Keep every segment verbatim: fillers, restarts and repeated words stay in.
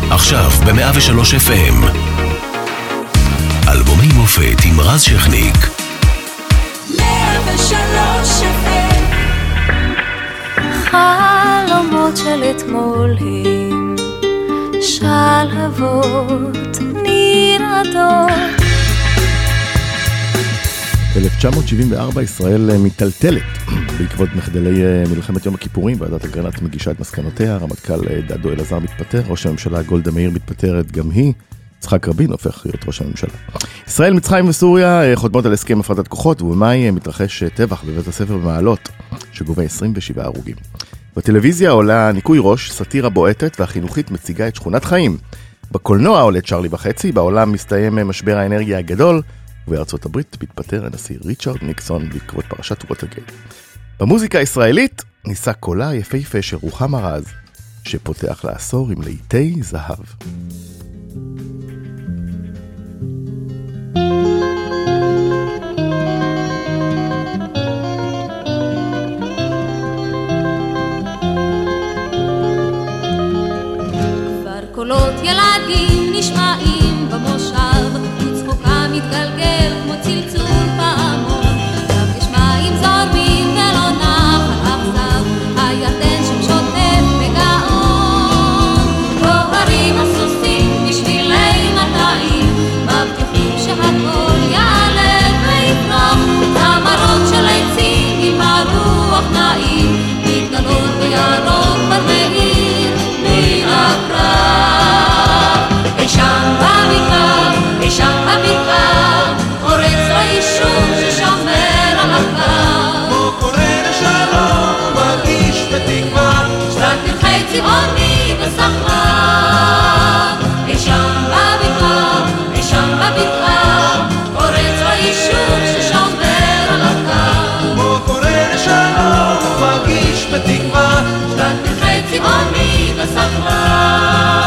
עכשיו ב-מאה ושלוש אף אם. אלבומי מופת עם רז שכניק. מאה ושלוש אף אם. חלומות של אתמול הם שלהבות נרעדות. ב-אלף תשע מאות שבעים וארבע ישראל מטלטלת בעקבות מחדלי מלחמת יום הכיפורים. ועדת אגרנט מגישה את מסקנותיה, הרמטכ"ל דדו אלעזר מתפטר, ראש הממשלה גולדה מאיר מתפטרת גם היא, יצחק רבין הופך להיות ראש הממשלה. ישראל, מצרים וסוריה חותמות על הסכם הפרדת כוחות, ובמאי מתרחש טבח בבית הספר במעלות שגובה עשרים ושבעה הרוגים. בטלוויזיה עולה ניקוי ראש, סאטירה בועטת והחינוכית מציגה את שכונת חיים. בקולנוע עולה צ'רלי וחצי, בעולם מסתיים משבר האנרגיה הגדול, ובארצות הברית מתפטר הנשיא ריצ'רד ניקסון בעקבות פרשת ווטרגייט. במוזיקה הישראלית ניסה קולה יפהפה של רוחמה רז, שפותח לעשור עם לעיתי זהב. כבר קולות ילדים נשמעים במושב, וצחוקה מתגלגל כמו צלצול פעמון, רק יש מים זורמים ולא נח על אכזב, הירדן שם שוטף בגאון. גוהרים הסוסים בשבילי מטעים, מבטיחים שהכל יעלה ויפרח, המראות של עצים עם הרוח נעים, מתגלות בירוק ברמאיר מן הפרח. אי שם במקרא, אי שם במקרא, פורץ ליישוב ששומר על הקו, כמו קורא לשלום ומרגיש בתקווה, שנת פרחי צבעוני וסחרן. אי שם במקרא, אי שם במקרא, פורץ ליישוב ששומר על הקו, כמו קורא לשלום ומרגיש בתקווה, שנת פרחי צבעוני וסחרן.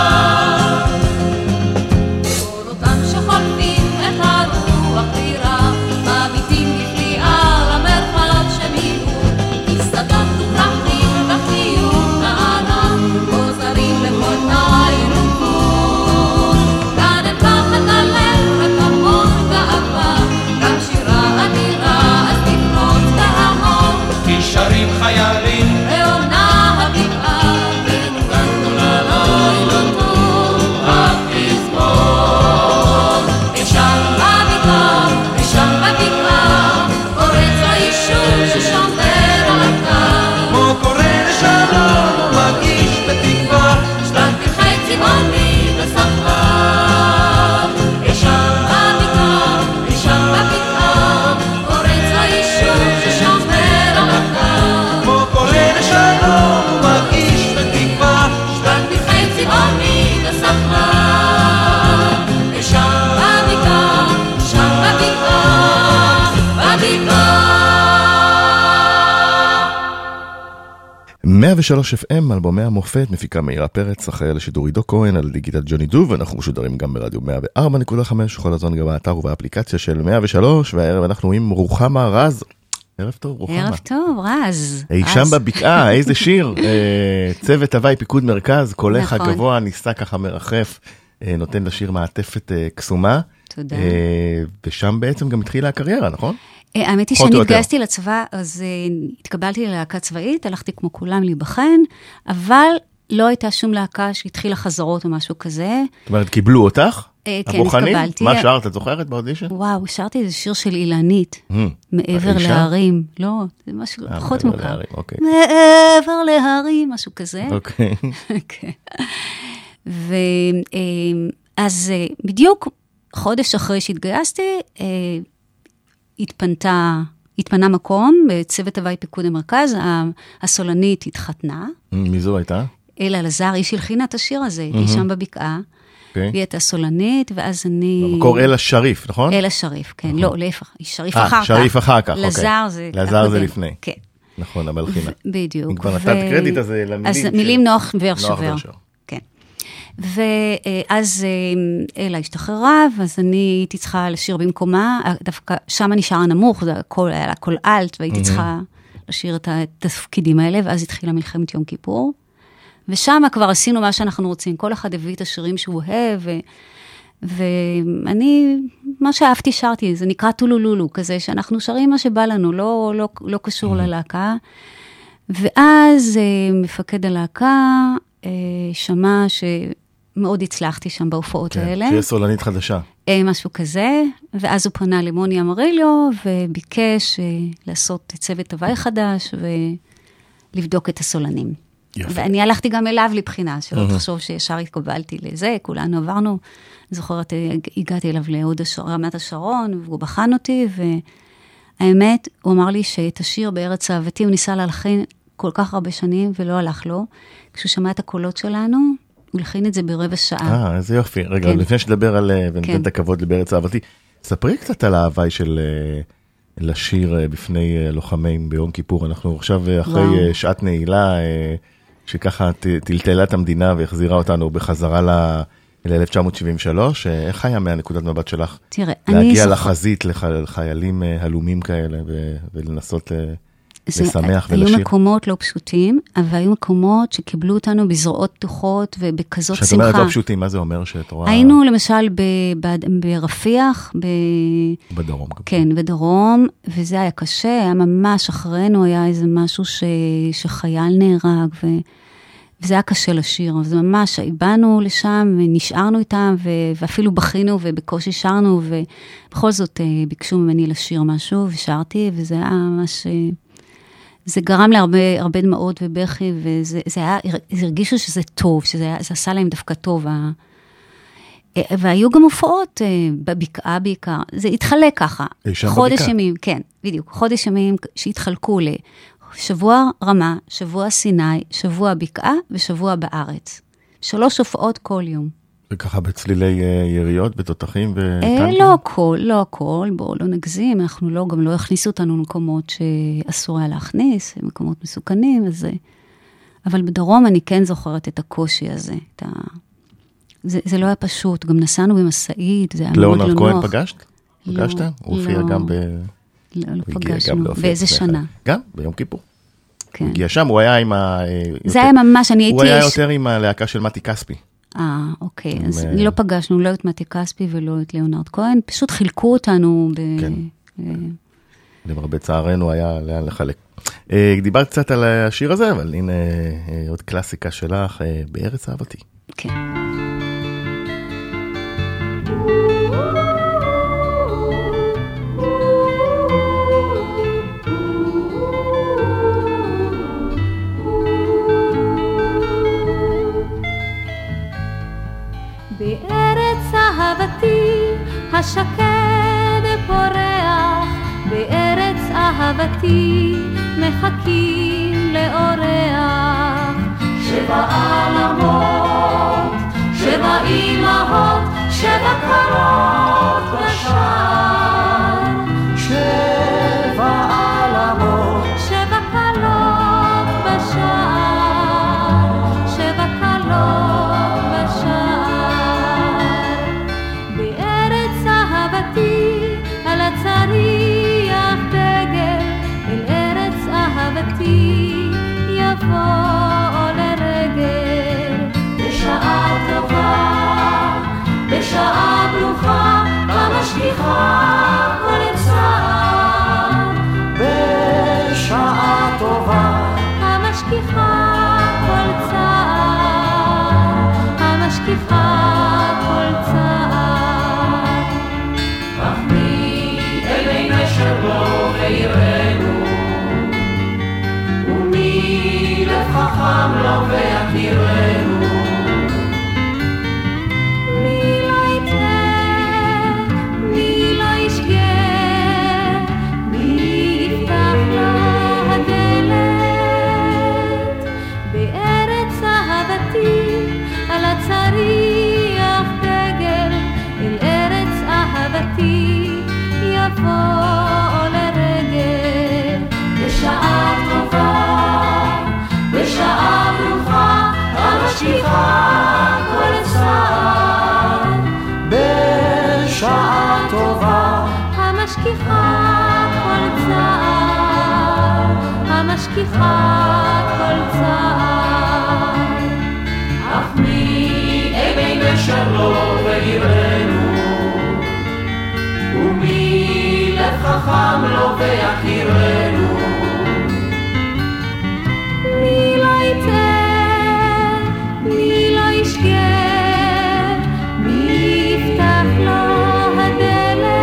כל אותם שחולפים את הרוח דירה, מביטים בפליאה למרחב שמילאו, מסתדות ופרחים בחיוך נערה, עוזרים לכל ניין ונפול. כאן אין פחד הלב, רק המון גאווה, גם שירה אדירה, אז תפרוץ בהמון. נשארים חיילים בעונה הבקעה, ונוגן גדולה לילה טוב, רק תזמור. אי שם בבקעה, אי שם בבקעה, פורץ ליישוב ששומר על הקו, כמו קורא לשלום ומרגיש בתקווה, שנת פרחי צבעוני וסחרן. אי שם בבקעה, אי שם בבקעה, פורץ ליישוב ששומר על הקו, כמו קורא לשלום ומרגיש בתקווה, שנת פרחי צבעוני וסחרן. אי שם בבקעה, שם בבקעה, בבקעה. מאה ושלוש אף אם, אלבומי המופת, מפיקה מאירה פרץ, אחראי לשידור עידו כהן, על דיגיטל ג'וני דוב, ואנחנו משודרים גם ברדיו מאה וארבע נקודה חמש, כל הזמן גם באתר ובאפליקציה של מאה ושלוש, והערב אנחנו עם רוחמה רז. ערב טוב, רוחמה. ערב טוב, רז. אי שם בבקעה, איזה שיר. אה, צוות הוואי פיקוד מרכז, קולך נכון. הגבוה, ניסה ככה מרחף, אה, נותן לשיר מעטפת אה, קסומה. תודה. אה, ושם בעצם גם התחילה הקריירה, נכון? אה, האמת היא פחות או שאני יותר. התגייסתי לצבא, אז אה, התקבלתי ללהקה צבאית, הלכתי כמו כולם להיבחן, אבל לא הייתה שום להקה שהתחילה חזרות או משהו כזה. זאת אומרת, קיבלו אותך? אה, כן, הבוחנים? התקבלתי. מה שרת, את זוכרת באודישן? וואו, שרתי איזה שיר של אילנית, Hmm. מעבר האישה? להרים. לא, זה משהו אה, פחות מעבר מוכר. להרים, אוקיי. מעבר להרים, משהו כזה. אוקיי. כן. ואז בדיוק חודש אחרי שהתגייסתי, אה, התפנתה, התפנה מקום בצוות הוואי פיקוד המרכז, ה- הסולנית התחתנה, מי זו הייתה? אלה אלעזר, היא שהלחינה את השיר הזה, היא שם בבקעה, אוקיי. והיא הייתה סולנית, ואז אני... במקור אלה שריף, נכון? אלה שריף, כן, לא, להפך, היא שריף אה, אחר כך. שריף אחר כך, אוקיי. לזר זה... לזר זה הקודם. לפני. כן. נכון, המלחינה. בדיוק. אם כבר ו- נתת קרדיט, אז זה למילים אז של- מילים נוח ורשוור. נוח ורשוור. כן. ואז אלה השתחררה, ואז אני הייתי צריכה לשיר במקומה, דווקא שם נשאר הנמוך, זה הכל, היה לה קול אלט, והייתי צריכה לשיר את התפקידים האלה, ואז התחילה מלחמת יום כיפור, ושם כבר עשינו מה שאנחנו רוצים, כל אחד הביא את השירים שהוא אוהב, ו... ואני, מה שאהבתי שרתי, זה נקרא טולולולו, כזה שאנחנו שרים מה שבא לנו, לא, לא, לא קשור ללהקה. ואז מפקד הלהקה שמע שמאוד הצלחתי שם בהופעות האלה. שיהיה סולנית חדשה. משהו כזה, ואז הוא פנה למוני אמריליו, וביקש לעשות צוות הוואי חדש, ולבדוק את הסולנים. יפה. ואני הלכתי גם אליו לבחינה, שלא תחשוב שישר התקבלתי לזה, כולנו עברנו, זוכרת, הגעתי אליו להוד רמת השרון, והוא בחן אותי, והאמת, הוא אמר לי שאת השיר בארץ אהבתי, הוא ניסה להלחין כל כך הרבה שנים, ולא הלך לו. כשהוא שמע את הקולות שלנו, הוא הלחין את זה ברבע שעה. אה, איזה יופי. רגע, כן. לפני שדבר על, וניתן כן. את הכבוד לבארץ אהבתי, ספרי קצת על ההוואי של לשיר בפני לוחמים ביום כיפור. אנחנו עכשיו אחרי וואו. שעת נעילה, שככה טלטלה את המדינה והחזירה אותנו בחזרה ל-אלף תשע מאות שבעים ושלוש. איך היה מהנקודת מבט שלך? תראה, להגיע לחזית לחיילים הלומים כאלה ולנסות לשמח ולשיר? היו מקומות לא פשוטים, אבל היו מקומות שקיבלו אותנו בזרועות פתוחות ובכזאת שמחה. שאת אומרת לא פשוטים, מה זה אומר שאת רואה? היינו למשל ברפיח. בדרום. כן, בדרום, וזה היה קשה, היה ממש אחרינו, היה איזה משהו שחייל נהרג, ו... וזה היה קשה לשיר, אז ממש, באנו לשם ונשארנו איתם, ואפילו בכינו ובקושי שרנו, ובכל זאת ביקשו ממני לשיר משהו, ושרתי, וזה היה ממש, זה גרם להרבה הרבה דמעות ובכי, וזה זה היה, זה הרגישו שזה טוב, שזה היה, זה עשה להם דווקא טוב, והיו גם הופעות בבקעה בעיקר, זה התחלק ככה, חודש ימים, כן, בדיוק, חודש ימים שהתחלקו ל... שבוע רמה, שבוע סיני, שבוע בקעה ושבוע בארץ. שלוש הופעות כל יום. וככה בצלילי יריות, בתותחים וטנקים? לא הכל, לא הכל, בואו לא נגזים, אנחנו לא, גם לא הכניסו אותנו למקומות שאסור היה להכניס, מקומות מסוכנים, אז... אבל בדרום אני כן זוכרת את הקושי הזה, את ה... זה, זה לא היה פשוט, גם נסענו במסעית, זה היה מאוד לא נוח. לאונרד כהן פגשת? פגשת? הוא הופיע גם ב... לא, לא פגשנו. באיזה שנה? גם, ביום כיפור. כן. הגיע שם, הוא היה עם ה... זה היה ממש, אני הייתי... הוא היה יותר עם הלהקה של מתי כספי. אה, אוקיי. אז לא פגשנו, לא את מתי כספי ולא את ליאונרד כהן, פשוט חילקו אותנו ב... כן. למרבה צערנו היה לאן לחלק. דיברת קצת על השיר הזה, אבל הנה עוד קלאסיקה שלך, בארץ אהבתי. כן. בארץ אהבתי השקד פורח, בארץ אהבתי מחכים לאורח. שבע עלמות, שבע אמהות, שבע קרות בשער. שבע עלמות, שבע קלות בשער, שבע קלות בשער. בארץ אהבתי על הצריח דגל, אל ארץ אהבתי יבוא לרגל. בשעה טובה, בשעה ברוכה, המשגיחה כל צער. בשעה טובה, המשגיחה כל צער, המשגיחה כל צער. אך מי אל עיני שבו ויראנו, ומי לב חכם לו ויכירנו. צריח דגל אל ארץ אהבתי יבוא לרגל. בשעה טובה, בשעה ברוכה, המשגיחה כל צער. בשעה טובה, המשגיחה כל צער, המשגיחה כל צער. בעירנו, ומי לב חכם לו ויכירנו. מי לא יצא, מי לא ישגה, מי יפתח לו הדלת.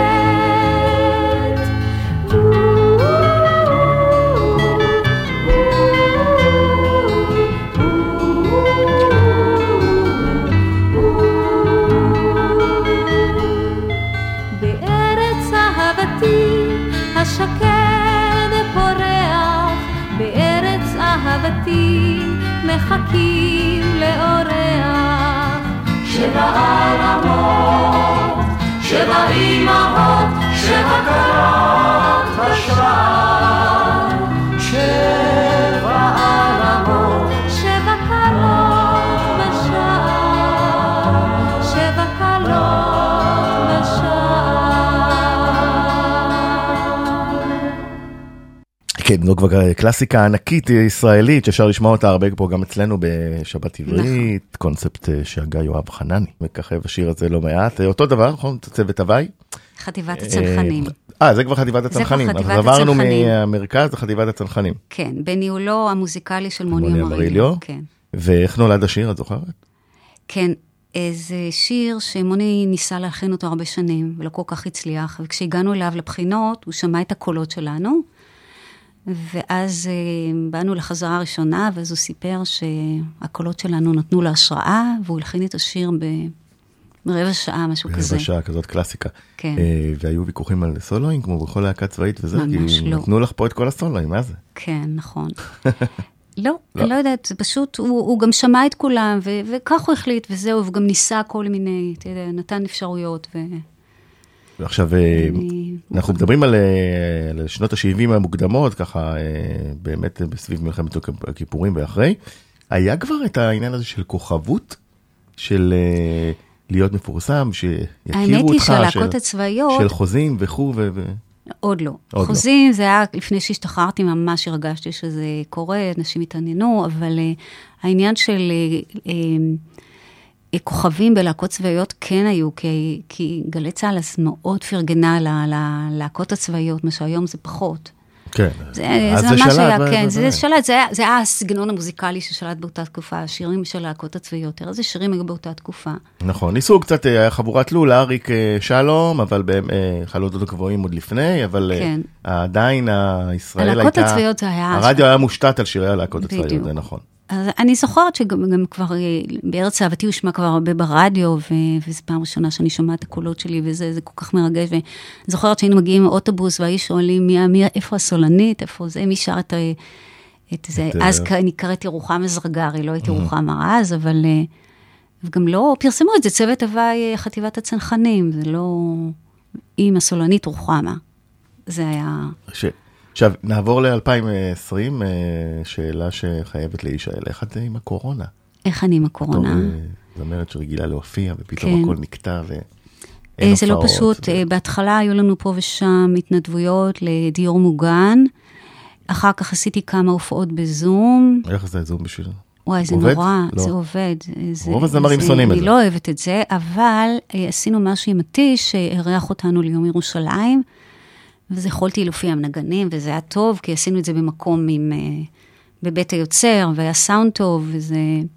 בארץ אהבתי השקד פורח, בארץ אהבתי מחכים לאורח. שבע עלמות, שבע אמהות, שבע קרות השעה. שבע עלמות, שבע קלות בשעה, שבע קלות בשעה. כן, זו כבר קלאסיקה ענקית ישראלית, שאפשר לשמוע אותה הרבה פה גם אצלנו בשבת עברית, קונספט שהגה יואב חנני, מככב השיר הזה לא מעט. אותו דבר, נכון? צוות הוואי. חטיבת הצנחנים. אה, זה כבר חטיבת הצנחנים. חטיבת אז עברנו הצנחנים. מהמרכז לחטיבת הצנחנים. כן, בניהולו המוזיקלי של מוני מוני אמריליו. אמריליו. כן. ואיך נולד השיר, את זוכרת? כן, זה שיר שמוני ניסה להלחין אותו הרבה שנים, ולא כל כך הצליח, וכשהגענו אליו לבחינות, הוא שמע את הקולות שלנו, ואז באנו לחזרה הראשונה, ואז הוא סיפר שהקולות שלנו נתנו לה השראה, והוא הלחין את השיר ברבע שעה, משהו כזה. ברבע שעה, כזאת קלאסיקה. כן. והיו ויכוחים על סולואים, כמו בכל להקה צבאית וזה, ממש כי לא. נתנו לך פה את כל הסולואים, מה זה? כן, נכון. לא, אני לא יודעת, זה פשוט, הוא, הוא גם שמע את כולם, ו- וכך הוא החליט, וזהו, והוא גם ניסה כל מיני, אתה יודע, נתן אפשרויות, ו... ועכשיו, אנחנו מדברים על שנות ה-שבעים המוקדמות, ככה באמת בסביב מלחמת הכיפורים ואחרי. היה כבר את העניין הזה של כוכבות, של להיות מפורסם, שיכירו אותך, האמת היא שהלהקות הצבאיות... של חוזים וכו' ו... עוד לא. עוד חוזים, זה היה לפני שהשתחררתי, ממש הרגשתי שזה קורה, אנשים התעניינו, אבל העניין של... כוכבים בלהקות צבאיות כן היו, כי, כי גלי צהל אז מאוד פרגנה ללהקות הצבאיות, מה שהיום זה פחות. כן. זה, זה ממש היה, כן, זה שלט, זה היה, זה היה הסגנון המוזיקלי ששלט באותה תקופה, השירים של להקות הצבאיות, איזה שירים היו באותה תקופה. נכון, ניסו קצת, היה חבורת לול, אריק שלום, אבל חלונות גבוהים עוד לפני, אבל כן. עדיין הישראל הייתה... הלהקות הצבאיות זה היה... הרדיו היה מושתת על שירי הלהקות הצבאיות, זה נכון. אז אני זוכרת שגם גם כבר, בארץ אהבתי הוא שמע כבר הרבה ברדיו, וזו פעם ראשונה שאני שומעת את הקולות שלי, וזה זה כל כך מרגש, ואני זוכרת שהיינו מגיעים מאוטובוס, והאיש שואלים, מי, מי, איפה הסולנית, איפה זה, מי שר את, את זה, אז אני קראתי רוחמה זרגרי, לא הייתי רוחמה אז, אבל גם לא פרסמו את זה, צוות הוואי חטיבת הצנחנים, זה לא, עם הסולנית רוחמה, זה היה... ש... עכשיו, נעבור ל-אלפיים ועשרים, שאלה שחייבת להישאל, איך את עם הקורונה? איך אני עם הקורונה? זאת אומרת שרגילה להופיע, ופתאום הכל נקטע, ואין הופעות. זה לא פשוט, בהתחלה היו לנו פה ושם התנדבויות לדיור מוגן, אחר כך עשיתי כמה הופעות בזום. איך זה זום בשביל? וואי, זה נורא, זה עובד. רוב הזמרים שונאים את זה. אני לא אוהבת את זה, אבל עשינו משהו עם מתיש, שהריח אותנו ליום ירושלים, וזה יכולתי להופיע עם נגנים, וזה היה טוב, כי עשינו את זה במקום עם, בבית היוצר, והיה סאונד טוב, וזה...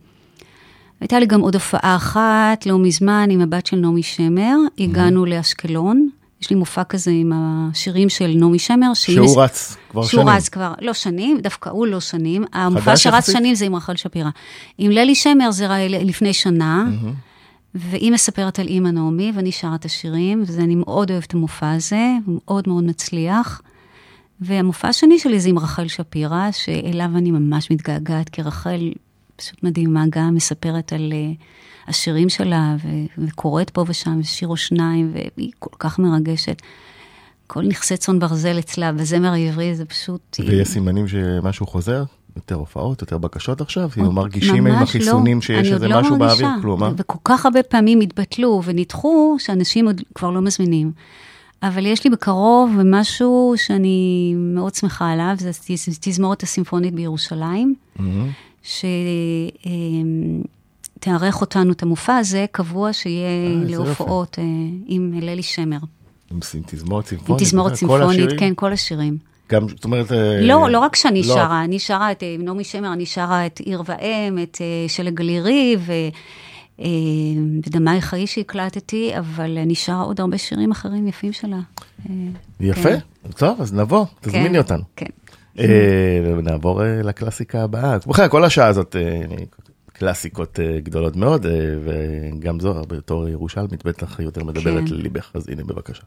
הייתה לי גם עוד הופעה אחת, לא מזמן, עם הבת של נעמי שמר, הגענו לאשקלון, יש לי מופע כזה עם השירים של נעמי שמר, שהוא רץ כבר שנים. שהוא רץ כבר, לא שנים, דווקא הוא לא שנים, המופע שרץ שנים זה עם רחל שפירא. עם ללי שמר זה לפני שנה, והיא מספרת על אימא נעמי, ואני שרה את השירים, ואני מאוד אוהבת את המופע הזה, מאוד מאוד מצליח. והמופע השני שלי זה עם רחל שפירא, שאליו אני ממש מתגעגעת, כי רחל פשוט מדהימה גם, מספרת על uh, השירים שלה, ו- וקוראת פה ושם, ושיר או שניים, והיא כל כך מרגשת. כל נכסי צאן ברזל אצלה, בזמר העברי, זה פשוט... ויש סימנים שמשהו חוזר? יותר הופעות, יותר בקשות עכשיו? כאילו מרגישים עם החיסונים לא. שיש איזה משהו לא באוויר, כלום, אה? וכל כך הרבה פעמים התבטלו ונדחו, שאנשים עוד כבר לא מזמינים. אבל יש לי בקרוב משהו שאני מאוד שמחה עליו, זה תזמורת הסימפונית בירושלים, mm-hmm. תארך אותנו את המופע הזה, קבוע שיהיה אה, איזה להופעות אה, עם ללי שמר. עם תזמורת עם צימפונית. תזמורת כל צימפונית, השירים? כן, כל השירים. גם, זאת אומרת... אה, לא, לא רק שאני לא. שרה, אני שרה את אה, נעמי שמר, אני שרה את עיר ואם, את אה, שלג גלירי, ו... אה, ודמאי חיי שהקלטתי, אבל אני שרה עוד הרבה שירים אחרים יפים שלה. אה, יפה, כן. טוב, אז נבוא, תזמיני כן, אותנו. כן. אה, נעבור אה, לקלאסיקה הבאה. בכלל, כל השעה הזאת אה, קלאסיקות אה, גדולות מאוד, אה, וגם זו, בתור ירושלמית, בטח יותר מדברת כן. לליבך, אז הנה בבקשה.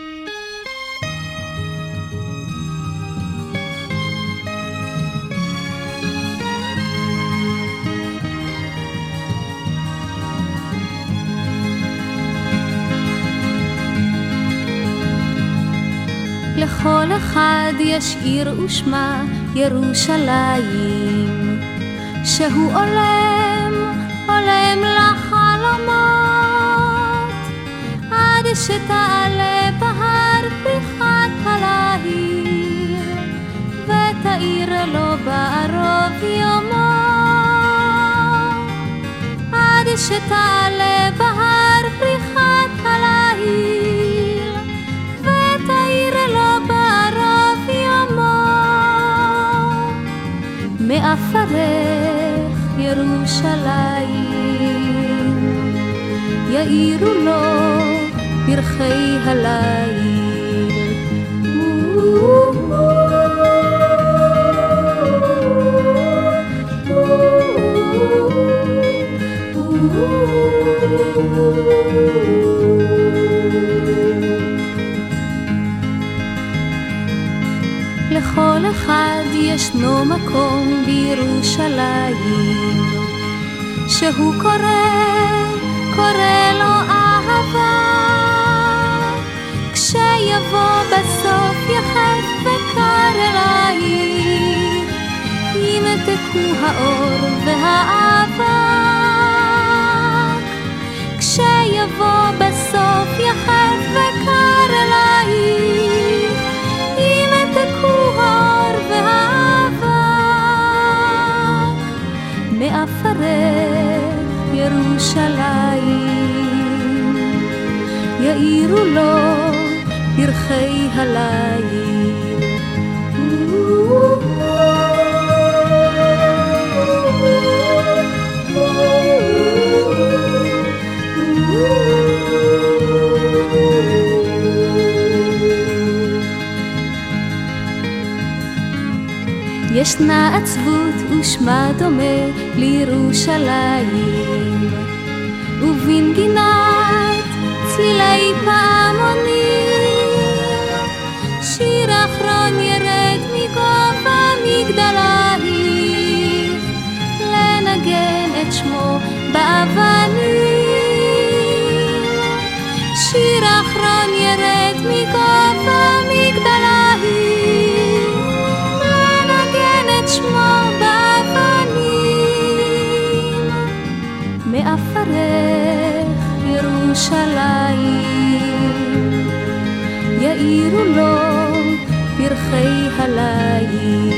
לכל אחד יש עיר ושמה ירושלים, שהוא עולם, עולם לחלומות, עד שתעלה בהר פריחת הלהיר, ותאיר לו בערוב יומו, עד שתעלה בהר פריחת הלהיר, ותאיר לו בערוב יומו, מאפרך ירושלים, יאירו לו פרחי הליל. לכל אחד ישנו מקום בירושלים, שהוא קורא, קורא לו אהבה, כשיבוא בסוף יחד וקר אלייך, ימתקו האור והאבק, כשיבוא בסוף יחד וקר אלייך, ימתקו האור והאבק, מאפרך ירושלים, יאירו לו פרחי הליל. ישנה עצבות ושמה דומה לירושלים, ובנגינת צלילי פעמונים, שיר אחרון ירד מגובה מגדלייך, לנגן את שמו באבנים, שיר אחרון ירד מגובה מגדלייך, לנגן את שמו באבנים, מאפרך ירושלים, יאירו לו פרחי הליל.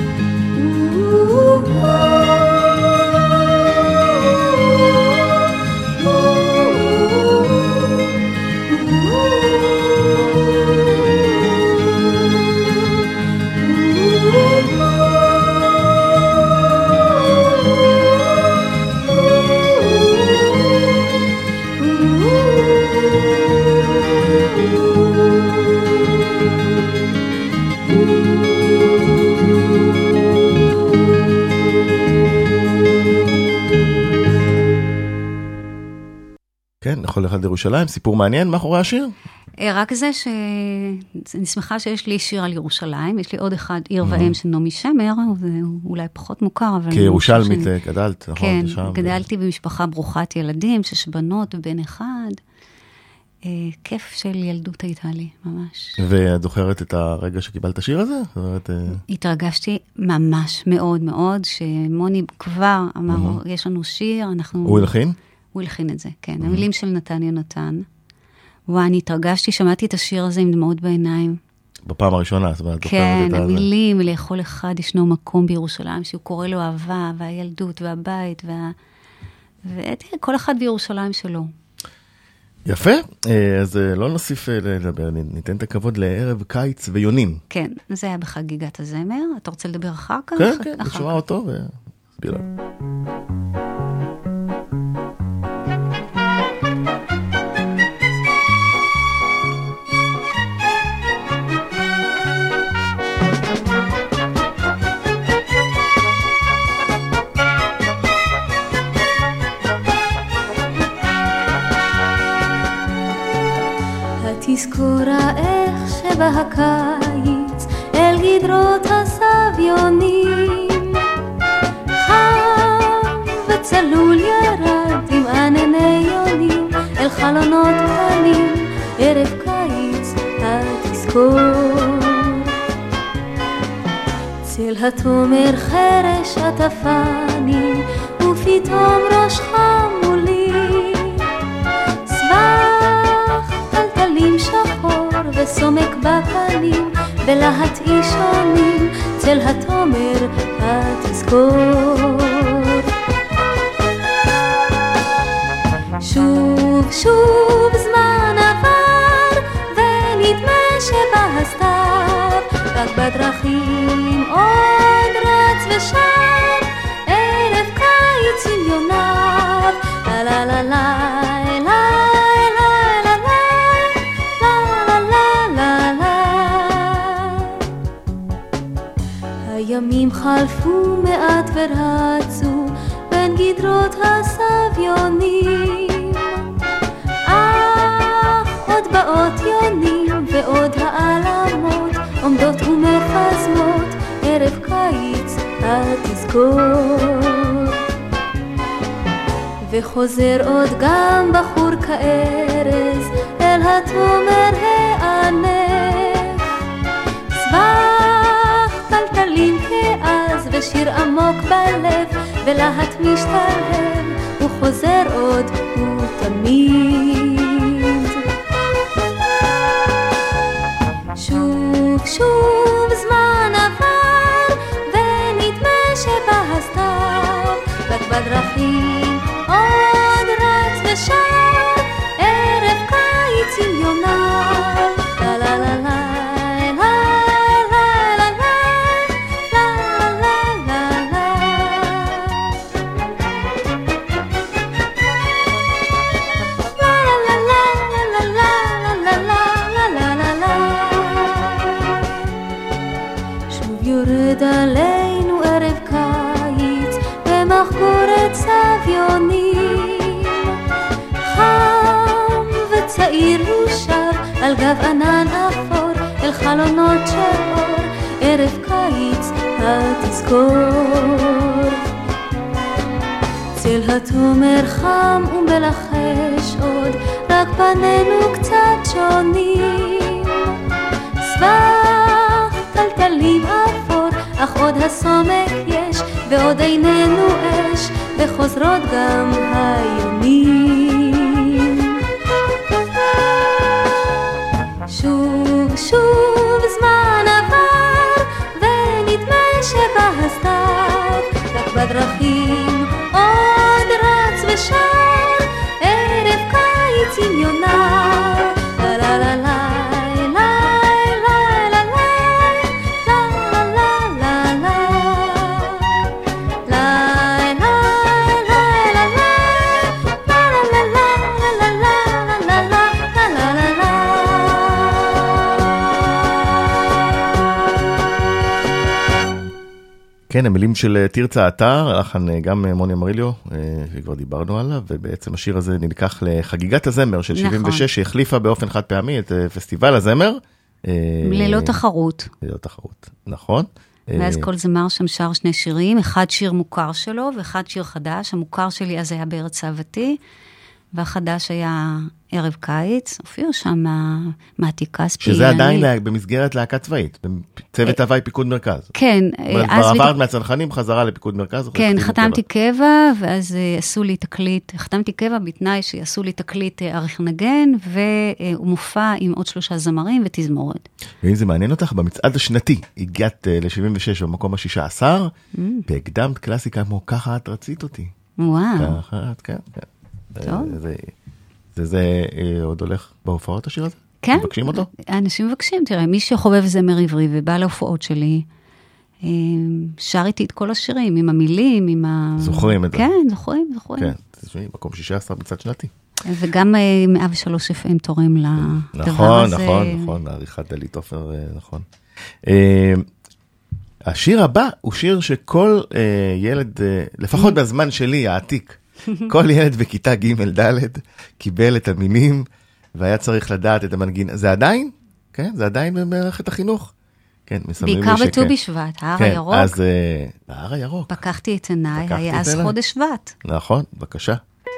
כן, לכל אחד ירושלים, סיפור מעניין מאחורי השיר. רק זה שאני שמחה שיש לי שיר על ירושלים, יש לי עוד אחד, עיר ואם של נעמי שמר, זה אולי פחות מוכר, אבל... כירושלמית גדלת, נכון? כן, גדלתי במשפחה ברוכת ילדים, שש בנות ובן אחד. כיף של ילדות הייתה לי, ממש. ואת זוכרת את הרגע שקיבלת השיר הזה? התרגשתי ממש מאוד מאוד, שמוני כבר אמר, יש לנו שיר, אנחנו... הוא הלחין? הוא הלחין את זה, כן. המילים של נתן יונתן. וואי, אני התרגשתי, שמעתי את השיר הזה עם דמעות בעיניים. בפעם הראשונה, זאת אומרת, כן, המילים, לכל אחד ישנו מקום בירושלים, שהוא קורא לו אהבה, והילדות, והבית, וה... וכל אחד בירושלים שלו. יפה, אז לא נוסיף לדבר, ניתן את הכבוד לערב קיץ ויונים. כן, זה היה בחגיגת הזמר. אתה רוצה לדבר אחר כך? כן, כן, נשמע אותו ונסביר לנו. תזכורה איך שבא הקיץ אל גדרות הסביונים, חם וצלול ירד עם ענני יונים אל חלונות קטנים, ערב קיץ התזכור. צל התומר חרש עטפני ופתאום ראשך מולי, שחור וסומק בפנים בלהט אישונים, צל התומר התזכור. שוב שוב זמן עבר ונדמה שבא הסתיו, רק בדרכים עוד רץ ושר ערב קיץ עם יוניו. לה לה לה לה הימים חלפו מעט ורצו בין גדרות הסביונים, אך עוד באות יונים ועוד העלמות עומדות ומפזמות, ערב קיץ התזכור. וחוזר עוד גם בחור כארז אל התומר הענף, סבך טלטלים כאז ושיר עמוק בלב ולהט משתלב, הוא חוזר עוד ותמיד. שוב שוב זמן עבר ונדמה שבא הסתיו, רק בדרכים עוד רץ ושר ערב קיץ עם יוניו. לה לה לה לה עלינו ערב קיץ במחגורת סביונים, חם וצעיר הוא שב על גב ענן אפור אל חלונות של אור, ערב קיץ התזכור. צל התומר חם ומלחש עוד, רק פנינו קצת שונים, סבך טלטלים אפור אך עוד הסומק יש ועוד איננו אש, וחוזרות גם היונים. שוב שוב זמן עבר ונדמה שבא הסתיו, רק בדרכים עוד רץ ושר ערב קיץ עם יוניו. לה לה לה לה כן, המילים של תרצה אתר, הלחן גם מוני אמריליו, שכבר דיברנו עליו, ובעצם השיר הזה נלקח לחגיגת הזמר של שבעים ושש, שהחליפה באופן חד פעמי את פסטיבל הזמר. ללא תחרות. ללא תחרות, נכון. ואז כל זמר שם שר שני שירים, אחד שיר מוכר שלו, ואחד שיר חדש. המוכר שלי אז היה בארץ אהבתי, והחדש היה ערב קיץ, הופיעו שם מתי כספי. שזה עדיין במסגרת להקה צבאית, צוות הוואי פיקוד מרכז. כן. כבר עברת מהצנחנים חזרה לפיקוד מרכז. כן, חתמתי קבע, ואז עשו לי תקליט, חתמתי קבע בתנאי שיעשו לי תקליט עריך נגן, והוא מופע עם עוד שלושה זמרים ותזמורת. ואם זה מעניין אותך, במצעד השנתי, הגעת ל-שבעים ושש במקום ה-שישה עשר, והקדמת קלאסיקה כמו ככה את רצית אותי. וואו. אחת, כן, כן. טוב. זה, זה, זה עוד הולך בהופעות השיר הזה? כן. מבקשים אותו? אנשים מבקשים, תראה, מי שחובב זמר עברי ובא להופעות שלי, שר איתי את כל השירים, עם המילים, עם ה... זוכרים את זה. כן, זוכרים, זוכרים. כן, תשמעי, מקום שישה עשר בצד שנתי. וגם מאה ושלוש אף אם תורם לדבר נכון, הזה. נכון, נכון, העריכת דלית עופר, נכון. השיר הבא הוא שיר שכל ילד, לפחות בזמן שלי, העתיק, כל ילד בכיתה ג' ד' קיבל את המינים, והיה צריך לדעת את המנגין. זה עדיין? כן, זה עדיין במערכת החינוך. כן, מסמלים לי בעיקר שכן. בט"ו בשבט, ההר כן, הירוק. אז ההר הירוק. פקחתי את עיניי, פקחתי היה את אז עיניי. חודש שבט. נכון, בבקשה.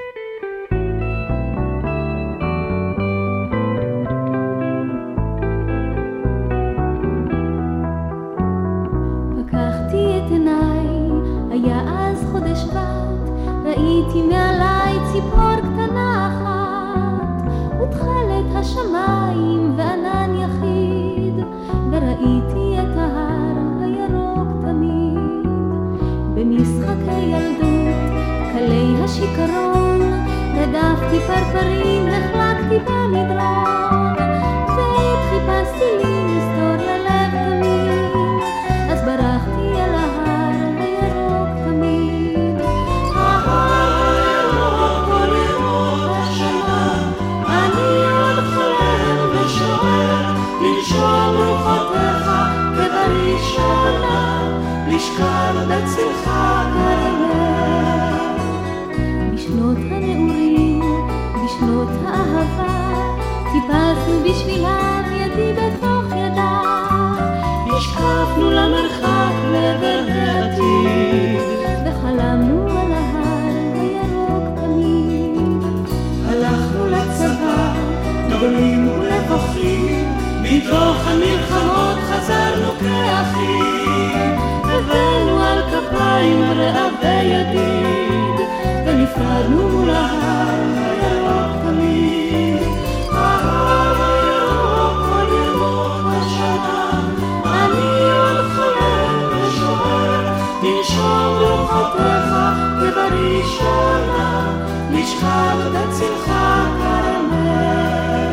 פקחתי את עיניי, היה אז חודש שבט, ראיתי מעליי ציפור קטנה אחת, ותכלת השמיים וענן יחיד, וראיתי את ההר הירוק תמיד. במשחקי ילדות, קלי השיקרון, רדפתי פרפרים, החלקתי במדרון, ועת חיפשתי לי היסטוריה לב תמיד, אז ברחתי אל ההר הירוק תמיד. ההר הירוק כל ירוק השנה, אני עוד חולם ושואל, לנשום רוחותיך כבראשונה, לשכב בצלך כרמל. בשנות הנעורים, בשנות האהבה, טיפסנו בשבילם ידי בתוך ידה, השקפנו למרחק לעבר העתיד, וחלמנו על ההר הירוק תמיד. הלכנו לצבא, גדולים ולבוכים, מתוך המלחמות חזרנו כאחים, הבאנו על כפיים רעבי ידיד, ונפרדנו מול ההר הירוק תמיד. ההר הירוק כל ירוק השנה, אני עוד חולם ושואל, לנשום רוחותיך כבראשונה, לשכב בצלך כרמל.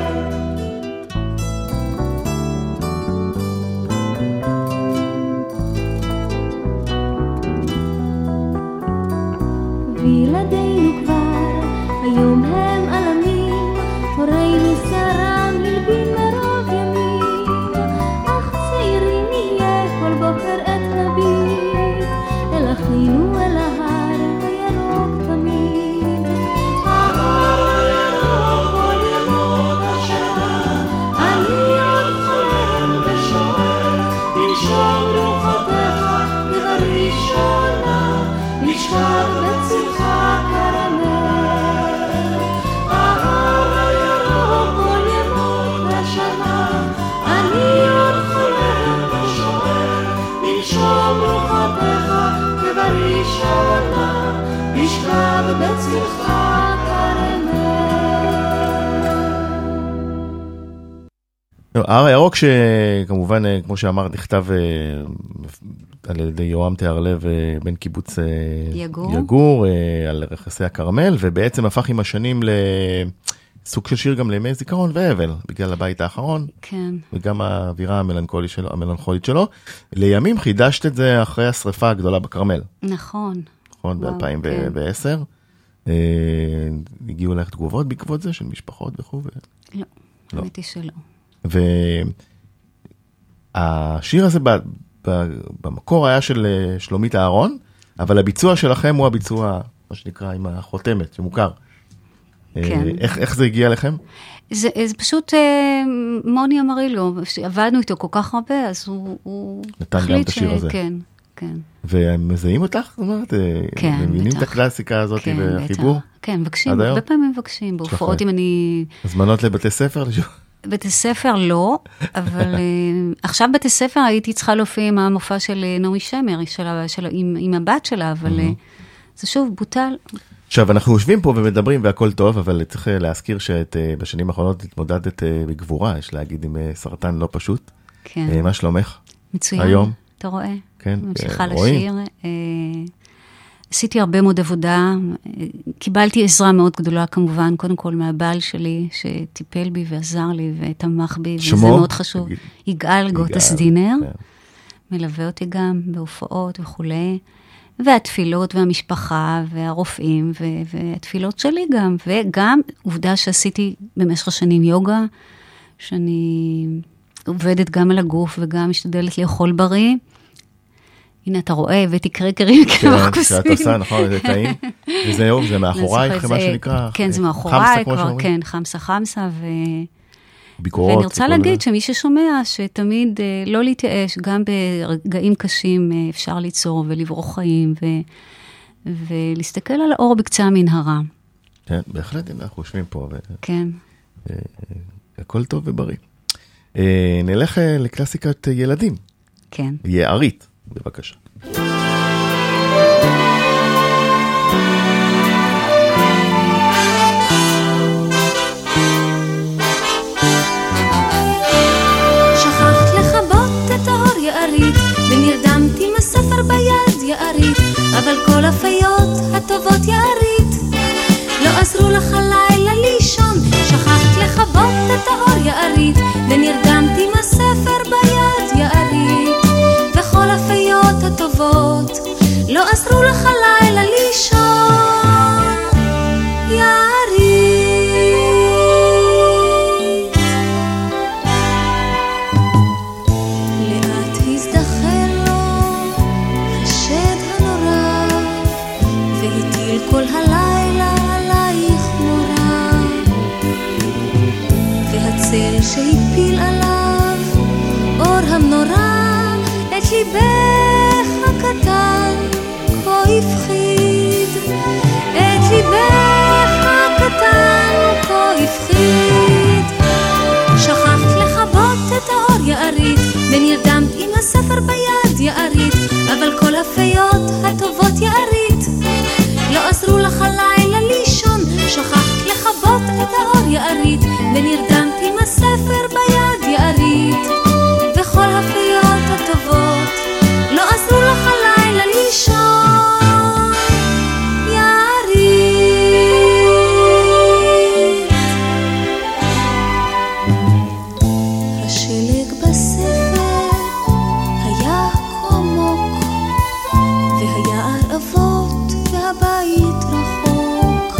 וילדינו כבר, היום הם עלמים, הורינו שערם הלבין מרוב ימים, אך צעירים נהיה כל בוקר עת נביט, אל אחינו אל ההר הירוק תמיד. ההר הירוק כל ירוק השנה, אני עוד חולם ושואל, לנשום רוחותיך כבראשונה, לשכב בצלך כרמל. ההר הירוק כל ירוק השנה, אני עוד חולם ושואל, לנשום רוחותיך כבראשונה, לשכב בצלך כרמל. ההר הירוק שכמובן, כמו שאמרת, נכתב על ידי יורם תיארלב בן קיבוץ יגור. יגור, על רכסי הכרמל, ובעצם הפך עם השנים לסוג של שיר גם לימי זיכרון ואבל, בגלל הבית האחרון, כן. וגם האווירה המלנכולית שלו, המלנכולית שלו. לימים חידשת את זה אחרי השריפה הגדולה בכרמל. נכון. נכון, וואו, ב-אלפיים ועשר. הגיעו לך תגובות בעקבות זה של משפחות וכו'. לא, לא. האמת היא שלא. והשיר הזה ב, ב, במקור היה של שלומית אהרון, אבל הביצוע שלכם הוא הביצוע, מה שנקרא, עם החותמת, שמוכר. כן. איך, איך זה הגיע לכם? זה, זה פשוט אה, מוני אמרי לו, עבדנו איתו כל כך הרבה, אז הוא, הוא נתן גם את השיר הזה. כן, כן. והם מזהים אותך? זאת אומרת, כן, הם מבינים בטח. את הקלאסיקה הזאת כן, בחיבור? בטח. כן, מבקשים, עד היום? הרבה פעמים מבקשים, בהופעות אם אני... הזמנות לבתי ספר? בתי ספר לא, אבל אה, עכשיו בתי ספר הייתי צריכה להופיע עם המופע של אה, נעמי שמר, של, של, עם, עם הבת שלה, אבל אה, זה שוב בוטל. עכשיו, אנחנו יושבים פה ומדברים והכל טוב, אבל צריך להזכיר שבשנים האחרונות התמודדת בגבורה, יש להגיד עם סרטן לא פשוט. כן. מה שלומך? מצוין. היום? אתה רואה? כן. ממשיכה רואים. לשיר. אה, עשיתי הרבה מאוד עבודה, קיבלתי עזרה מאוד גדולה כמובן, קודם כל מהבעל שלי, שטיפל בי ועזר לי ותמך בי, שמו? וזה מאוד חשוב. יגאל גוטס דינר, כן. מלווה אותי גם בהופעות וכולי, והתפילות והמשפחה והרופאים, ו- והתפילות שלי גם, וגם עובדה שעשיתי במשך השנים יוגה, שאני עובדת גם על הגוף וגם משתדלת לאכול בריא, הנה, אתה רואה, הבאתי קרקרים כמה כוסים. כן, שאת עושה, נכון, זה טעים. וזהו, זה מאחורייך, מה שנקרא. כן, זה מאחוריי, כבר, כן, חמסה חמסה, ו... ביקורות. ואני רוצה להגיד שמי ששומע, שתמיד לא להתייאש, גם ברגעים קשים אפשר ליצור ולברוך חיים, ולהסתכל על האור בקצה המנהרה. כן, בהחלט, הנה, אנחנו יושבים פה. כן. הכל טוב ובריא. נלך לקלאסיקת ילדים. כן. יערית. בבקשה. שכחת לכבות את האור יערית ונרדמת עם הספר ביד יערית, אבל כל הפיות הטובות יערית לא עזרו לך לילה לישון. שכחת לכבות את האור יערית ונרדמת עם הספר ביד יערית, וכל הפיות הטובות לא עזרו לך לילה לישון. יערית לאט הזדחל לו השד הנורא והטיל כל הלילה עלייך מורה, והצל שהפיל עליו אור המנורה את ליבך הקטן כה הפחיד, את ליבך הקטן כה הפחיד. שכחת לכבות את האור יערית ונרדמת עם הספר ביד יערית, אבל כל הפיות הטובות יערית לא עזרו לך לילה לישון. שכחת לכבות את האור יערית ונרדמת עם הספר ביד יערית, וכל הפיות הטובות לא עזרו לך לילה לישון. יערית השלג בספר היה כה עמוק, והיער אבות והבית רחוק,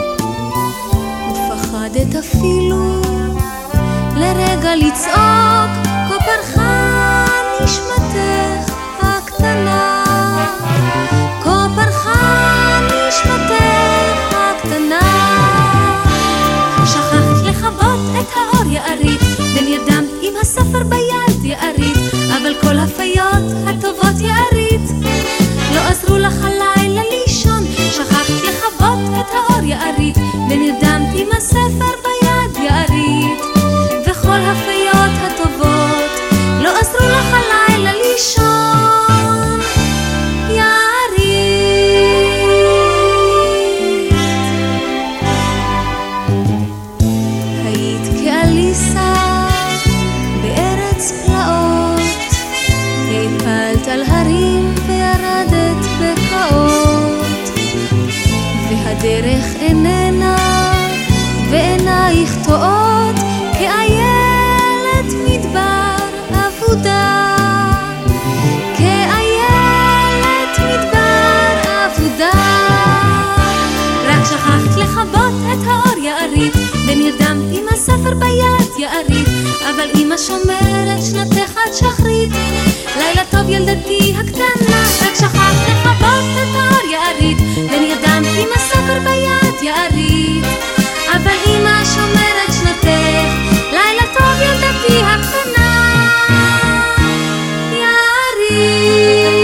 ופחדת אפילו לרגע לצעוק, כה פרחה נשמתך הקטנה, כה פרחה נשמתך הקטנה. שכחת לכבות את האור יערית ונרדמת עם הספר ביד יערית, אבל כל הפיות הטובות יערית לא עזרו לך לילה לישון. שכחת לכבות את האור יערית ונרדמת עם הספר ביד יערית, וכל הפיות הטובות לא עזרו לך לילה לישון. יערית היית כאליסה בארץ פלאות, הפלת על הרים וירדת בקעות, והדרך איננה ועינייך טועות כאיילת מדבר אבודה, כאיילת מדבר אבודה. רק שכחת לכבות את האור יערית ונרדמת עם הספר ביד יערית, אבל אמא שומרת שנתך עד שחרית. לילה טוב ילדתי הקטנה, רק שכחת לכבות את האור יערית ונרדמת עם הספר ביד יערית, אבל אמא שומרת שנתך. לילה טוב ילדתי הקטנה. יערית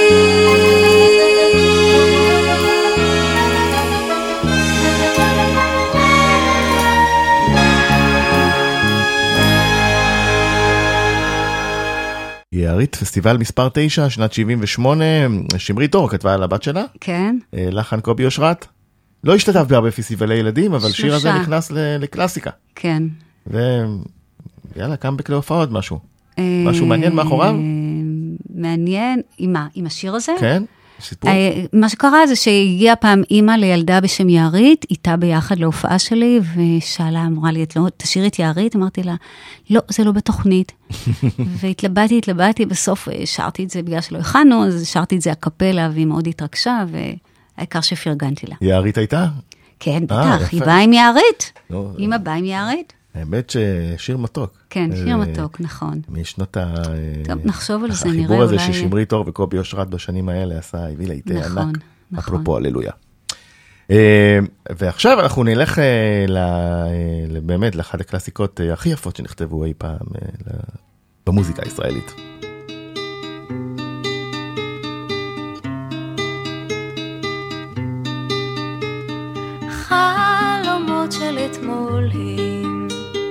יערית, פסטיבל מספר תשע, שנת שבעים ושמונה, שמרית אור כתבה על הבת שלה. כן. לחן קובי אושרת. לא השתתף בהרבה פסטיבלי ילדים, אבל שיר הזה נכנס לקלאסיקה. כן. ויאללה, קם בכלי הופעות משהו. משהו מעניין מאחוריו? מעניין, עם מה? עם השיר הזה? כן. סיפור? מה שקרה זה שהגיעה פעם אימא לילדה בשם יערית, איתה ביחד להופעה שלי, ושאלה, אמרה לי, את לא תשאירי את יערית? אמרתי לה, לא, זה לא בתוכנית. והתלבטתי, התלבטתי, בסוף שרתי את זה בגלל שלא הכנו, אז שרתי את זה הקפלה, והיא מאוד התרגשה, והעיקר שפרגנתי לה. יערית הייתה? כן, בטח, היא באה עם יערית. אימא באה עם יערית. האמת ששיר מתוק. כן, שיר מתוק, נכון. משנות ה... טוב, נחשוב על זה, נראה החיבור הזה אולי... ששמרית אור וקובי אושרת בשנים האלה עשה, הביא לעיתי ענק. נכון, נכון. אפרופו, הללויה. ועכשיו אנחנו נלך באמת לאחת הקלאסיקות הכי יפות שנכתבו אי פעם במוזיקה הישראלית. חלומות של אתמול הם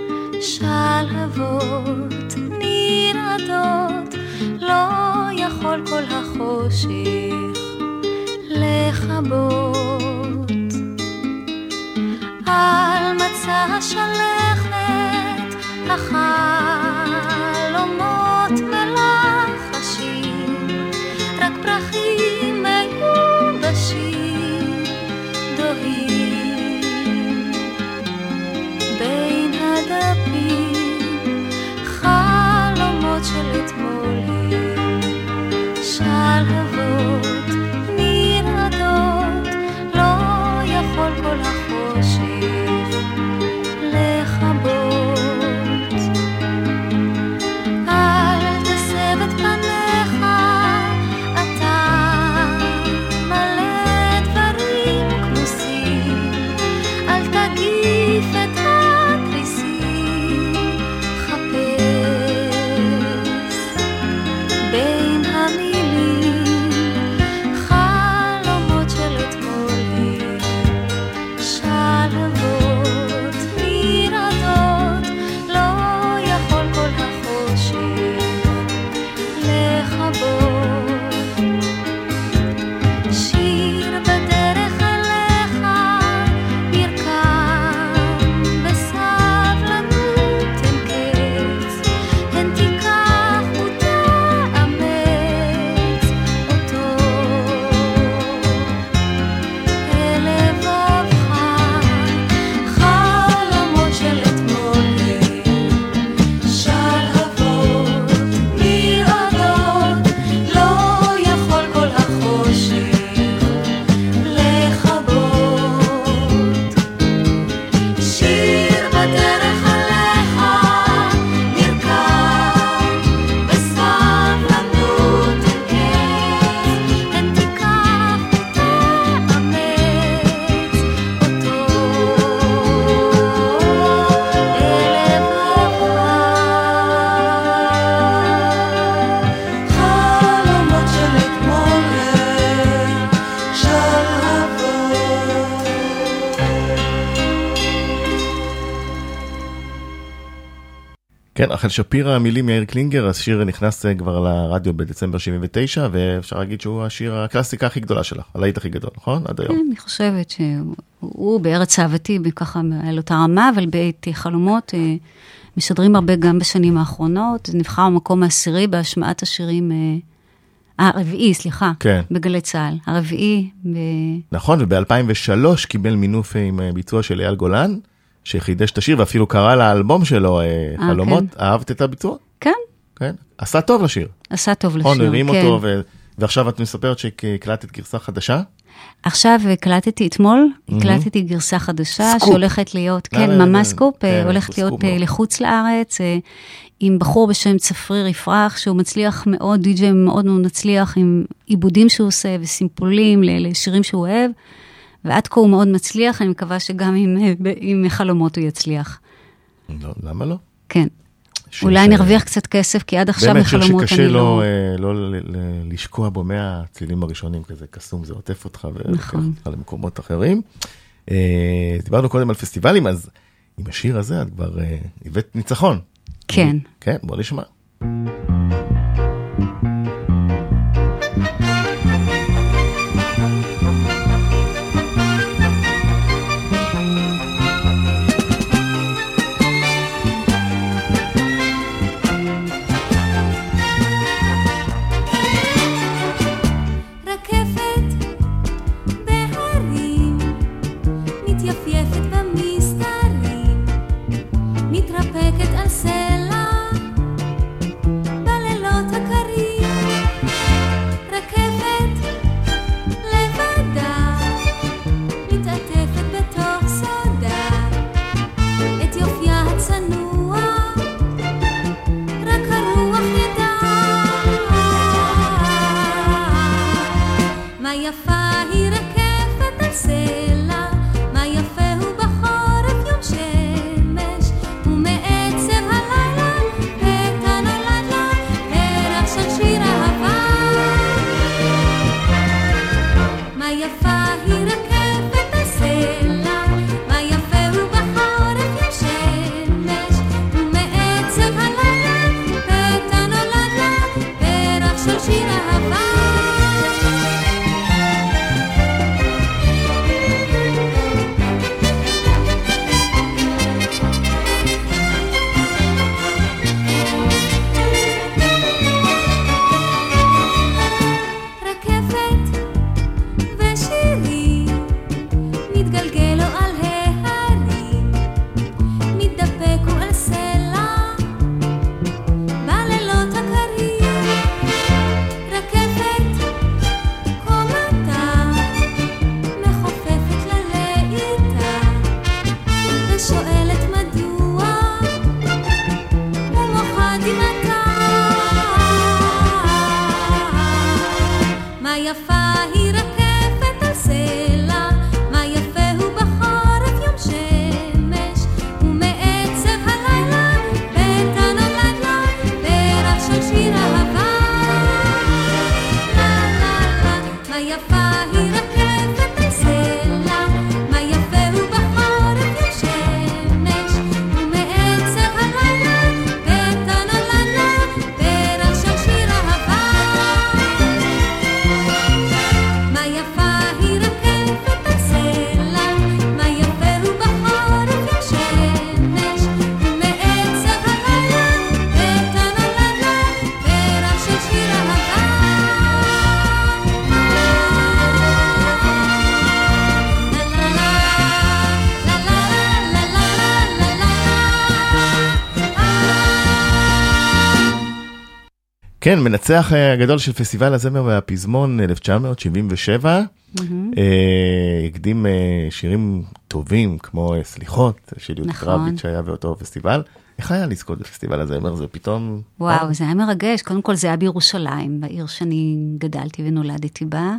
שלהבות נרעדות, לא יכול כל החושך לכבות. על מצע השלכת החלומות מלחשים, רק פרחים מיובשים דוהים בין הדפים. חלומות של אתמול הם שלהבות נרעדות, לא יכול כל החושך לכבות. אל תסב את פניך, אתה מלא דברים כמוסים, אל תגיף את התריסים, חפש בין המילים. חלומות של אתמול הם שלהבות נרעדות, לא יכול כל החושך לכבות. שיר בדרך אליך ירקם בסבלנות אין קץ, הן תיקח ותאמץ אותו אל לבבך. חלומות של אתמול הם שלהבות נרעדות, לא יכול כל החושך לכבות. שיר בדרך אליך נרקם בסבלנות אין קץ, הן תיקח ותאמץ אותו אל לבבך. חלומות של אתמול הם שלהבות. כן, רחל שפירא, המילים יאיר קלינגר, השיר נכנס כבר לרדיו בדצמבר שבעים ותשע, ואפשר להגיד שהוא השיר הקלאסיקה הכי גדולה שלך, הלהיט הכי גדול, נכון? עד היום. כן, אני חושבת שהוא בארץ אהבתי, ככה על אותה רמה, אבל בעת חלומות אה, משדרים הרבה גם בשנים האחרונות. זה נבחר במקום העשירי בהשמעת השירים, אה, הרביעי, סליחה, כן. בגלי צהל. הרביעי ב... נכון, וב-אלפיים ושלוש קיבל מינוף עם ביצוע של אייל גולן, שחידש את השיר, ואפילו קרא לאלבום שלו, אה, חלומות. כן. אהבת את הביצוע? כן, כן. עשה טוב לשיר. עשה טוב לשיר. נכון, הרים כן. אותו, ו... ועכשיו את מספרת שהקלטת גרסה חדשה? עכשיו הקלטתי אתמול, הקלטתי גרסה חדשה, סקופ. שהולכת להיות, לא, כן, לא, לא, ממש לא. סקופ, כן, הולכת זה להיות סקופ מאוד. לחוץ לארץ, אה, עם בחור בשם צפריר יפרח, שהוא מצליח מאוד, די-ג'יי מאוד מאוד מצליח, עם עיבודים שהוא עושה, וסימפולים ל- לשירים שהוא אוהב, ועד כה הוא מאוד מצליח, אני מקווה שגם עם, עם חלומות הוא יצליח. לא, למה לא? כן. שיר אולי ש- נרוויח קצת כסף, כי עד עכשיו באמת שיר מחלומות שקשה אני לו, לא... אה, לא ל- ל- לשקוע בו מהצלילים הראשונים, כזה קסום, זה עוטף אותך ולקח נכון. אותך למקומות אחרים. אה, דיברנו קודם על פסטיבלים, אז עם השיר הזה את כבר אה, הבאת ניצחון. כן. כן, בוא נשמע. רקפת כן, מנצח הגדול של פסטיבל הזמר והפזמון אלף תשע מאות שבעים ושבע, הקדים שירים טובים כמו סליחות של יהודית רביץ שהיה באותו פסטיבל. איך היה לזכות בפסטיבל הזמר? זה פתאום... וואו, זה היה מרגש. קודם כל זה היה בירושלים, בעיר שאני גדלתי ונולדתי בה.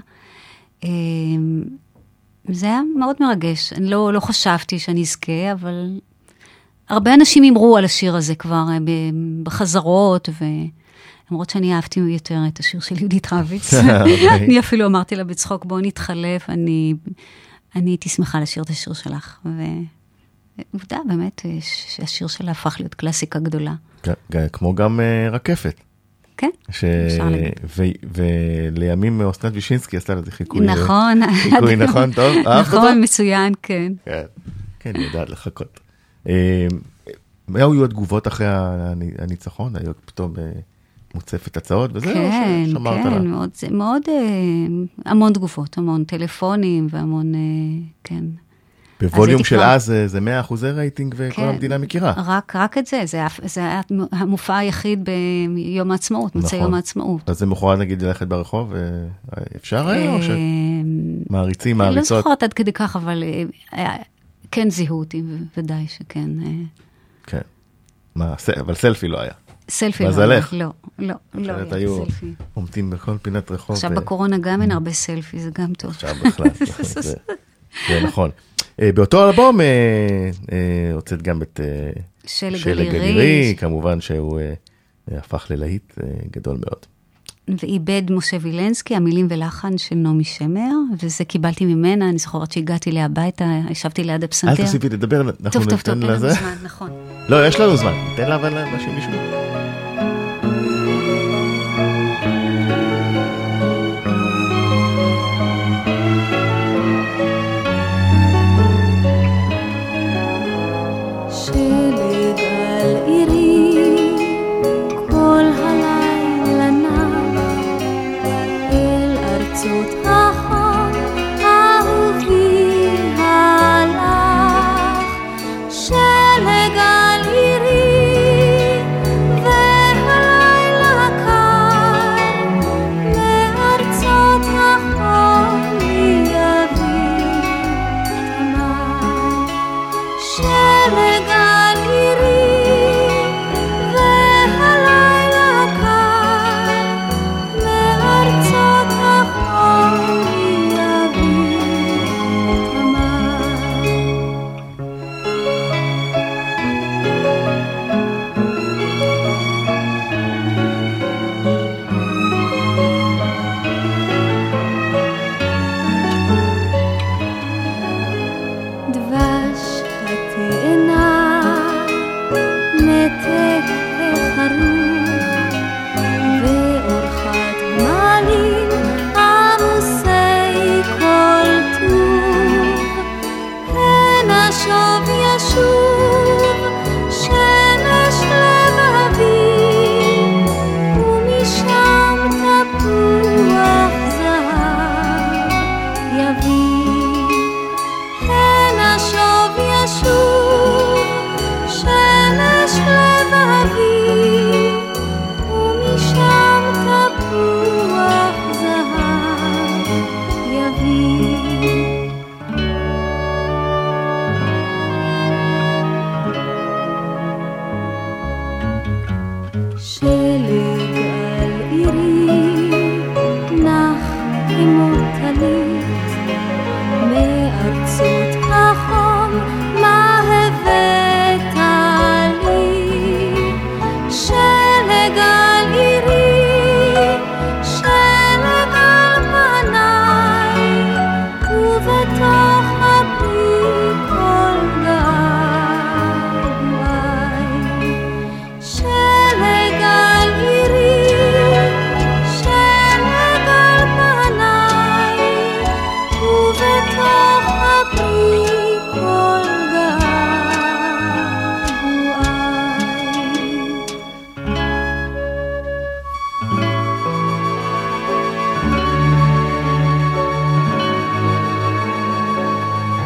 זה היה מאוד מרגש. אני לא, לא חשבתי שאני אזכה, אבל הרבה אנשים אמרו על השיר הזה כבר בחזרות, ולמרות שאני אהבתי יותר את השיר של יהודית רביץ. אני אפילו אמרתי לה בצחוק, בואו נתחלף, אני, אני הייתי שמחה לשיר את השיר שלך. ועובדה, באמת, השיר שלה הפך להיות קלאסיקה גדולה. כמו גם רקפת. כן, אפשר להגיד. ולימים אסנת וישינסקי עשתה לזה חיקוי. נכון. חיקוי נכון, טוב. נכון, מצוין, כן. כן, היא יודעת לחכות. מה היו התגובות אחרי הניצחון? היו פתאום מוצפת הצעות, וזהו, שמרת לה. כן, כן, מאוד, המון תגובות, המון טלפונים והמון, כן. בווליום של אז זה מאה אחוזי רייטינג וכל המדינה מכירה. רק, רק את זה, זה היה המופע היחיד ביום העצמאות, מצא יום העצמאות. אז זה מוכרח נגיד ללכת ברחוב, אפשר היה או שמעריצים, מעריצות? לא זוכרת עד כדי כך, אבל כן זיהו אותי, ודאי שכן. כן, אבל סלפי לא היה. סלפי לא היה, לא, לא, לא היה סלפי. עומדים בכל פינת רחוב. עכשיו בקורונה גם אין הרבה סלפי, זה גם טוב. עכשיו בכלל, זה נכון. באותו אלבום הוצאת גם את שלג גלירי, כמובן שהוא הפך ללהיט גדול מאוד. ואיבד משה וילנסקי, המילים ולחן של נעמי שמר, וזה קיבלתי ממנה, אני זוכרת שהגעתי לה הביתה, ישבתי ליד הפסנתר. אל תוסיפי לדבר, אנחנו ניתן לזה. טוב, טוב, טוב, אין לנו זמן, נכון. לא, יש לנו זמן, ניתן לה אבל לשיר מישהו.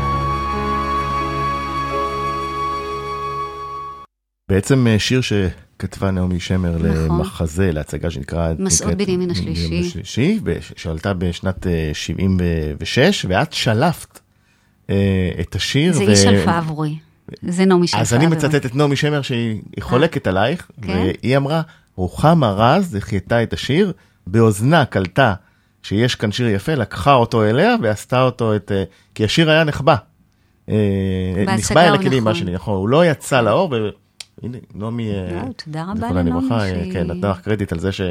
בעצם שיר כתבה נעמי שמר למחזה, להצגה שנקרא... מסעות בנימין השלישי. שעלתה בשנת שבעים ושש, ואת שלפת את השיר. זה איש שלפה עבורי. זה נעמי שלפה. אז אני מצטט את נעמי שמר שהיא חולקת עלייך, והיא אמרה, רוחמה רז החייתה את השיר, באוזנה קלטה שיש כאן שיר יפה, לקחה אותו אליה ועשתה אותו את... כי השיר היה נחבא. נחבא אל הכלים, מה שאני יכול. הוא לא יצא לאור, והנה, נעמי... תודה רבה לנעמי. כן, נתנה לך קרדיט על זה ש...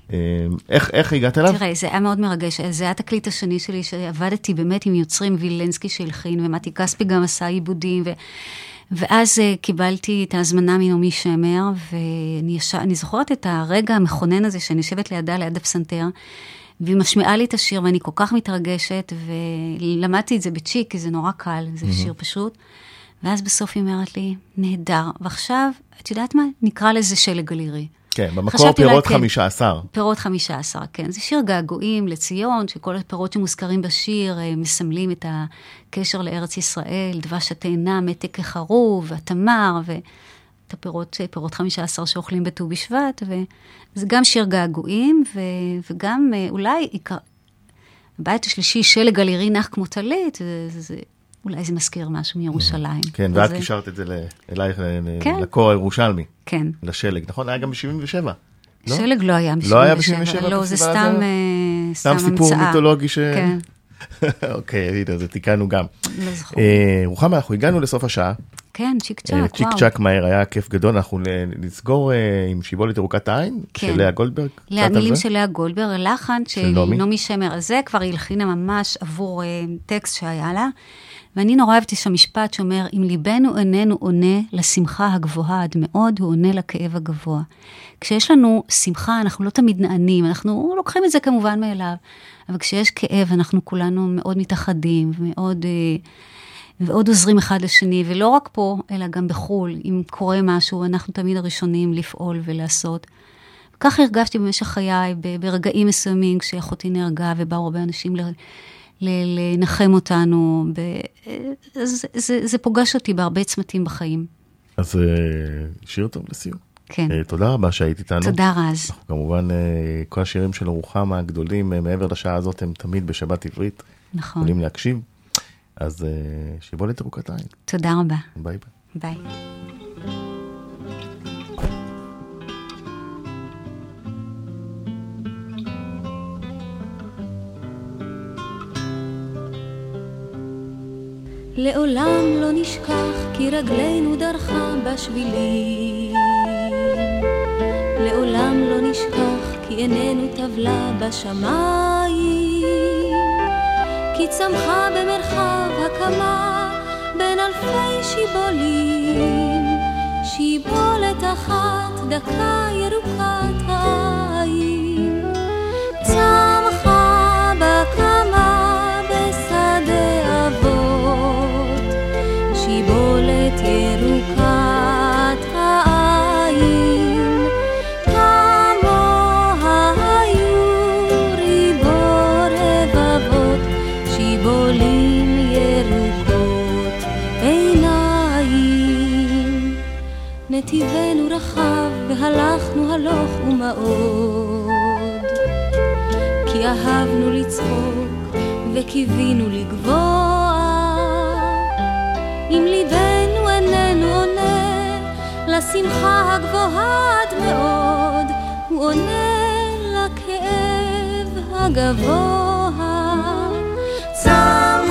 איך הגעת אליו? תראה, זה היה מאוד מרגש. זה היה התקליט השני שלי, שעבדתי באמת עם יוצרים, וילנסקי שהלחין, ומתי כספי גם עשה עיבודים, ו... ואז קיבלתי את ההזמנה מנעמי שמר, ואני זוכרת את הרגע המכונן הזה, שאני יושבת לידה, ליד הפסנתר, והיא משמיעה לי את השיר, ואני כל כך מתרגשת, ולמדתי את זה בצ'יק, כי זה נורא קל, זה mm-hmm. שיר פשוט. ואז בסוף היא אומרת לי, נהדר. ועכשיו, את יודעת מה? נקרא לזה שלג גלירי. כן, במקור פירות לה, חמישה עשר. פירות חמישה עשר, כן. זה שיר געגועים לציון, שכל הפירות שמוזכרים בשיר, מסמלים את הקשר לארץ ישראל, דבש התאנה, מתק החרוב, התמר, ואת הפירות, פירות חמישה עשר שאוכלים בט"ו בשבט, וזה גם שיר געגועים, ו, וגם אולי, הבית השלישי, שלג גלירי נח כמו טלית, זה, זה, אולי זה מזכיר משהו מירושלים. כן, ואת קישרת את זה אלייך, לקור הירושלמי. כן. לשלג, נכון? היה גם ב-שבעים ושבע. שלג לא היה ב-שבעים ושבע. לא היה ב-שבעים ושבע? לא, זה סתם המצאה. סתם סיפור מיתולוגי ש... כן. אוקיי, הנה, זה תיקנו גם. לא זכור. רוחמה, אנחנו הגענו לסוף השעה. כן, צ'יק צ'ק, וואו. צ'יק צ'ק מהר, היה כיף גדול. אנחנו נסגור עם שיבולת ירוקת העין, של לאה גולדברג. מילים של לאה גולדברג, לחן של נעמי שמר. זה כבר הלחינה ממש עבור טקסט שהיה לה. ואני נורא אוהבת את המשפט שאומר, אם ליבנו איננו עונה לשמחה הגבוהה עד מאוד, הוא עונה לכאב הגבוה. כשיש לנו שמחה, אנחנו לא תמיד נענים, אנחנו לוקחים את זה כמובן מאליו, אבל כשיש כאב, אנחנו כולנו מאוד מתאחדים, ומאוד, ועוד עוזרים אחד לשני, ולא רק פה, אלא גם בחול, אם קורה משהו, אנחנו תמיד הראשונים לפעול ולעשות. כך הרגשתי במשך חיי, ברגעים מסוימים, כשאחותי נהרגה, ובאו הרבה אנשים ל... לנחם אותנו, זה, זה, זה פוגש אותי בהרבה צמתים בחיים. אז שיר טוב לסיום. כן. תודה רבה שהיית איתנו. תודה רז. כמובן, כל השירים של רוחמה הגדולים, מעבר לשעה הזאת, הם תמיד בשבת עברית. נכון. יכולים להקשיב. אז שיבולת ירוקת העין. תודה רבה. ביי ביי. ביי. לעולם לא נשכח כי רגלינו דרכה בשבילים, לעולם לא נשכח כי עינינו טבלה בשמיים, כי צמחה במרחב הקמה בין אלפי שיבולים, שיבולת אחת דקה ירוקת העין, צמחה בקמה בשדה אבות, שיבולת ירוקת העין, כמוה היו ריבו רבבות, שיבולים ירוקות עיניים. נתיבנו רחב והלכנו הלוך ומאוד, כי אהבנו לצחוק וקיווינו לגבוה, אם ליבנו איננו עונה לשמחה הגבוהה עד מאוד, הוא עונה לכאב הגבוה. צמחה